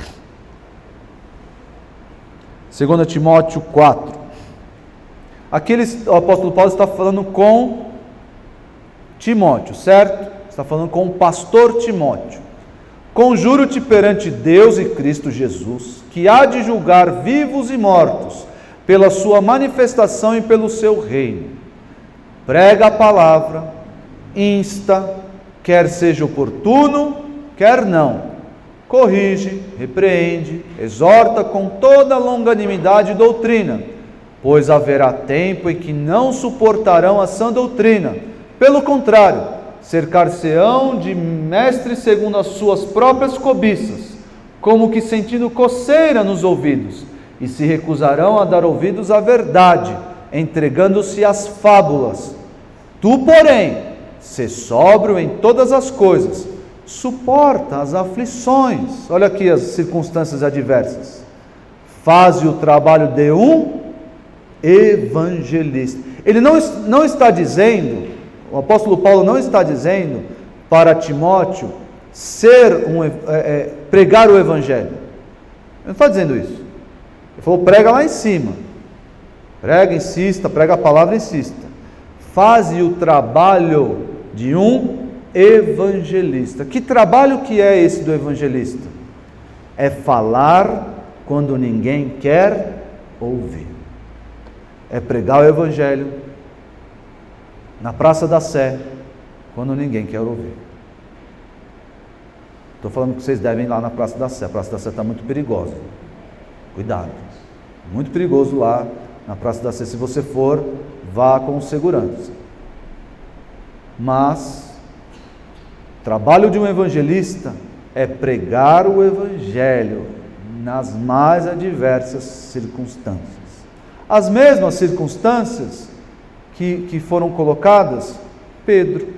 2 Timóteo 4. Aqui o apóstolo Paulo está falando com Timóteo, certo? Está falando com o pastor Timóteo. Conjuro-te perante Deus e Cristo Jesus, que há de julgar vivos e mortos, pela sua manifestação e pelo seu reino. Prega a palavra, insta, quer seja oportuno, quer não. Corrige, repreende, exorta com toda longanimidade e doutrina, pois haverá tempo em que não suportarão a sã doutrina. Pelo contrário, cercar-se-ão de mestres segundo as suas próprias cobiças, como que sentindo coceira nos ouvidos, e se recusarão a dar ouvidos à verdade, entregando-se às fábulas. Tu, porém, sê sóbrio em todas as coisas, suporta as aflições. Olha aqui as circunstâncias adversas. Faze o trabalho de um evangelista. Ele não está dizendo, o apóstolo Paulo não está dizendo para Timóteo pregar o evangelho. Ele não está dizendo isso. Ele falou, prega lá em cima. Prega, insista, prega a palavra, insista. Faze o trabalho de um evangelista. Que trabalho que é esse do evangelista? É falar quando ninguém quer ouvir. É pregar o evangelho na Praça da Sé quando ninguém quer ouvir. Estou falando que vocês devem ir lá na Praça da Sé. A Praça da Sé está muito perigosa. Cuidado. Muito perigoso lá na Praça da Sé. Se você for, vá com segurança. Mas o trabalho de um evangelista é pregar o evangelho nas mais adversas circunstâncias. As mesmas circunstâncias que foram colocadas, Pedro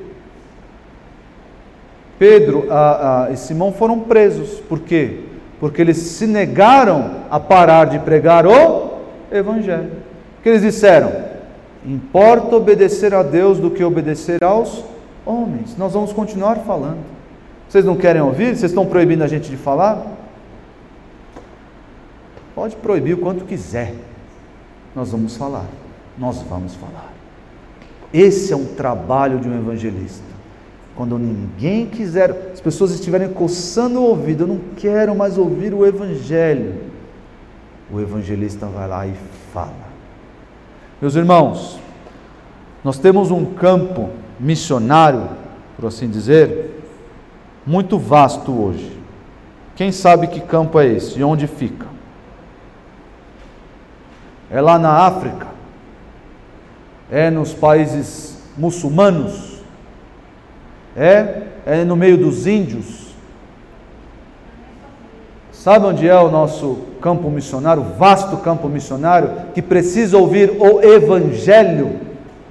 e Simão foram presos. Por quê? Porque eles se negaram a parar de pregar o evangelho. O que eles disseram? Importa obedecer a Deus do que obedecer aos homens. Nós vamos continuar falando. Vocês não querem ouvir? Vocês estão proibindo a gente de falar? Pode proibir o quanto quiser. Nós vamos falar. Nós vamos falar. Esse é um trabalho de um evangelista. Quando ninguém quiser, as pessoas estiverem coçando o ouvido, eu não quero mais ouvir o evangelho, o evangelista vai lá e fala. Meus irmãos, nós temos um campo missionário, por assim dizer, muito vasto hoje. Quem sabe que campo é esse e onde fica? É lá na África? É nos países muçulmanos? É no meio dos índios? Sabe onde é o nosso campo missionário, vasto campo missionário, que precisa ouvir o evangelho?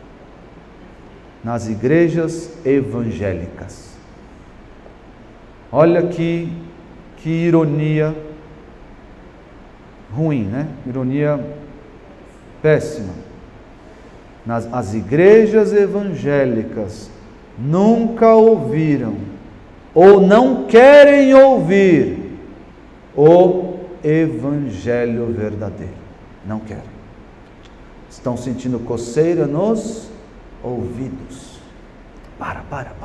Nas igrejas evangélicas. Olha que ironia ruim, né? Ironia péssima. As igrejas evangélicas nunca ouviram ou não querem ouvir o evangelho verdadeiro. Não querem. Estão sentindo coceira nos ouvidos. Para.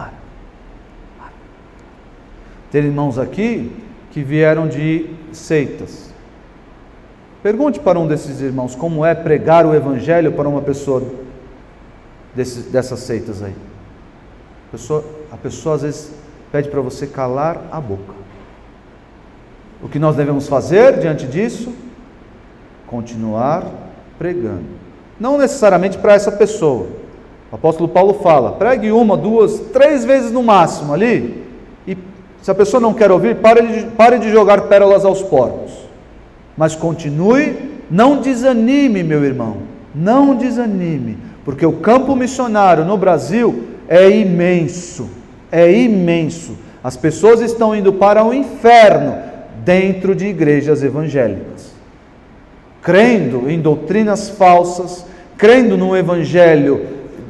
Tem irmãos aqui que vieram de seitas. Pergunte para um desses irmãos como é pregar o evangelho para uma pessoa dessas seitas aí. A pessoa às vezes pede para você calar a boca. O que nós devemos fazer diante disso? Continuar pregando. Não necessariamente para essa pessoa. O apóstolo Paulo fala, pregue 1, 2, 3 vezes no máximo ali, e se a pessoa não quer ouvir, pare de jogar pérolas aos porcos. Mas continue, não desanime, meu irmão, não desanime, porque o campo missionário no Brasil é imenso. As pessoas estão indo para o inferno dentro de igrejas evangélicas, crendo em doutrinas falsas, crendo num evangelho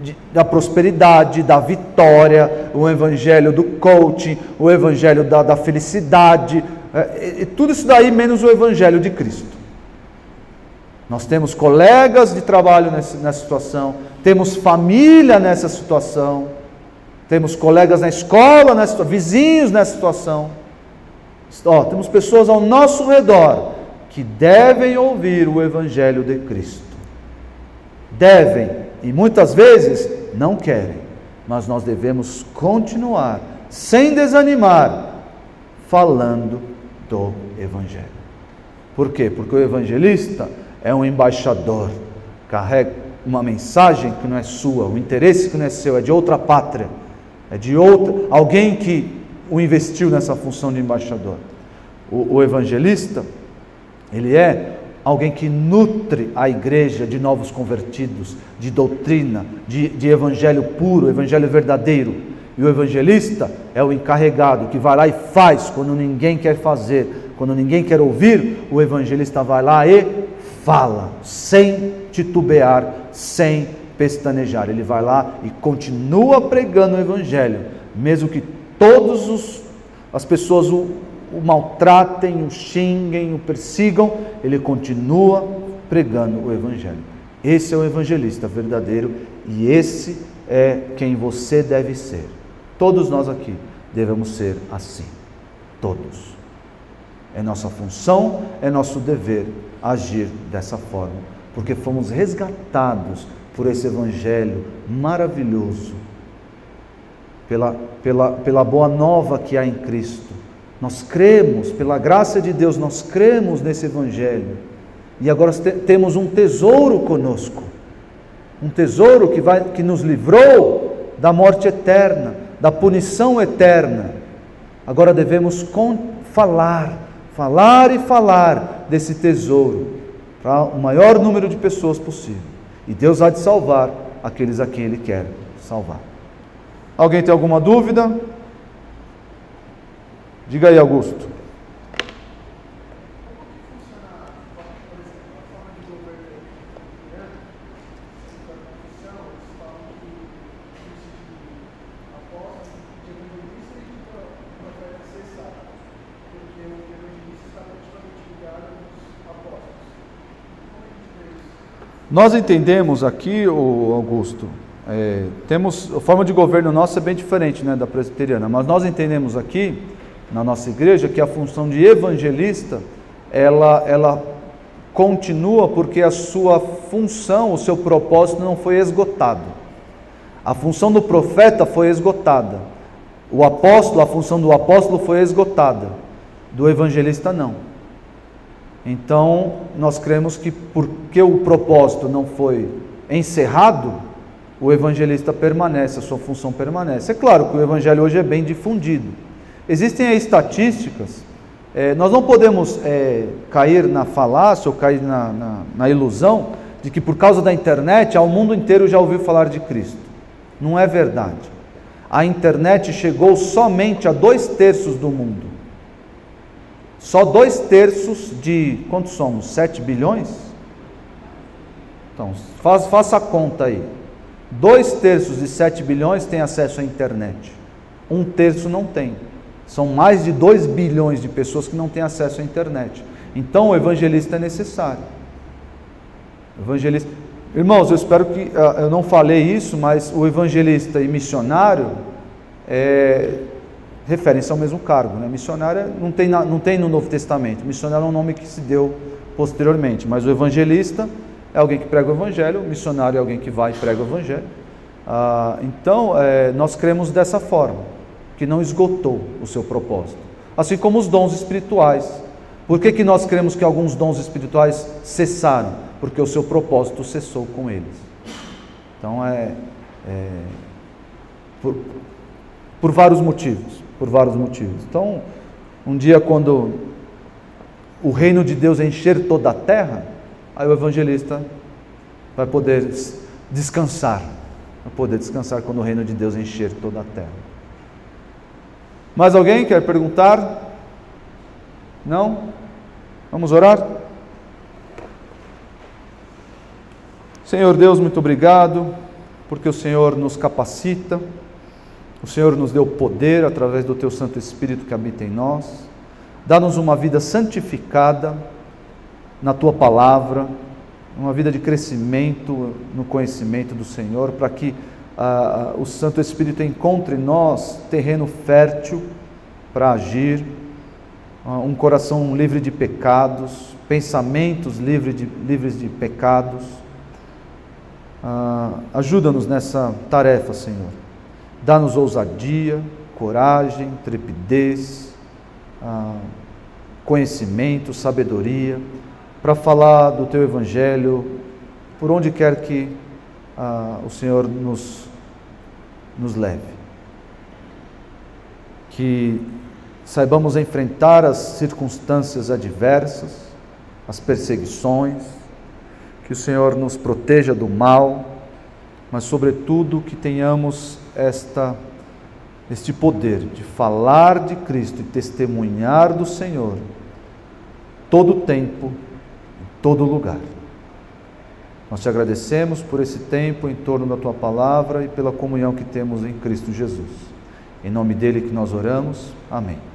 da prosperidade, da vitória, o evangelho do coaching, o evangelho da felicidade, tudo isso daí menos o evangelho de Cristo. Nós temos colegas de trabalho nessa situação, temos família nessa situação, temos colegas na escola, vizinhos nessa situação. Temos pessoas ao nosso redor que devem ouvir o evangelho de Cristo. Devem, e muitas vezes não querem, mas nós devemos continuar, sem desanimar, falando do evangelho. Por quê? Porque o evangelista é um embaixador, carrega uma mensagem que não é sua, o interesse que não é seu, é de outra pátria, é de alguém que o investiu nessa função de embaixador. O evangelista, ele é alguém que nutre a igreja de novos convertidos, de doutrina, de evangelho puro, evangelho verdadeiro. E o evangelista é o encarregado que vai lá e faz quando ninguém quer fazer, quando ninguém quer ouvir, o evangelista vai lá e fala, sem titubear, sem pestanejar. Ele vai lá e continua pregando o evangelho, mesmo que as pessoas o maltratem, o xinguem, o persigam, ele continua pregando o evangelho. Esse é o evangelista verdadeiro e esse é quem você deve ser. Todos nós aqui devemos ser assim, todos. É nossa função, é nosso dever agir dessa forma, porque fomos resgatados por esse evangelho maravilhoso, pela boa nova que há em Cristo. Nós cremos, pela graça de Deus, nós cremos nesse evangelho, e agora temos um tesouro conosco, um tesouro que nos livrou da morte eterna, da punição eterna. Agora devemos falar desse tesouro para o maior número de pessoas possível, e Deus há de salvar aqueles a quem Ele quer salvar. Alguém tem alguma dúvida? Diga aí, Augusto. Nós entendemos aqui, Augusto, temos a forma de governo nossa é bem diferente, né, da presbiteriana, mas nós entendemos aqui na nossa igreja que a função de evangelista ela continua porque a sua função, o seu propósito não foi esgotado. A função do profeta foi esgotada. A função do apóstolo foi esgotada. Do evangelista não. Então, nós cremos que porque o propósito não foi encerrado, o evangelista permanece, a sua função permanece. É claro que o evangelho hoje é bem difundido. Existem aí estatísticas, nós não podemos cair na falácia ou cair na ilusão de que por causa da internet, o mundo inteiro já ouviu falar de Cristo. Não é verdade. A internet chegou somente a 2/3 do mundo. Só 2/3 de, quantos somos? 7 bilhões? Então, faça a conta aí. 2/3 de 7 bilhões têm acesso à internet. 1/3 não tem. São mais de 2 bilhões de pessoas que não têm acesso à internet. Então, o evangelista é necessário. Irmãos, eu espero que eu não falei isso, mas o evangelista e missionário referem-se ao mesmo cargo, né? Missionário não tem no Novo Testamento. Missionário é um nome que se deu posteriormente, mas o evangelista é alguém que prega o evangelho, o missionário é alguém que vai e prega o evangelho. Então, nós cremos dessa forma, que não esgotou o seu propósito. Assim como os dons espirituais. Por que nós cremos que alguns dons espirituais cessaram? Porque o seu propósito cessou com eles. Então, por vários motivos. Então, um dia quando o reino de Deus encher toda a terra, aí o evangelista vai poder descansar. Quando o reino de Deus encher toda a terra. Mais alguém quer perguntar? Não? Vamos orar? Senhor Deus, muito obrigado porque o Senhor nos capacita, o Senhor nos deu poder através do Teu Santo Espírito que habita em nós. Dá-nos uma vida santificada na Tua Palavra, uma vida de crescimento no conhecimento do Senhor, para que o Santo Espírito encontre em nós terreno fértil para agir, um coração livre de pecados, pensamentos livres de pecados. Ajuda-nos nessa tarefa, Senhor. Dá-nos ousadia, coragem, trepidez, conhecimento, sabedoria, para falar do Teu Evangelho, por onde quer que o Senhor nos leve. Que saibamos enfrentar as circunstâncias adversas, as perseguições, que o Senhor nos proteja do mal, mas sobretudo que tenhamos este poder de falar de Cristo e testemunhar do Senhor todo o tempo, em todo lugar. Nós te agradecemos por esse tempo em torno da Tua Palavra e pela comunhão que temos em Cristo Jesus. Em nome dele que nós oramos. Amém.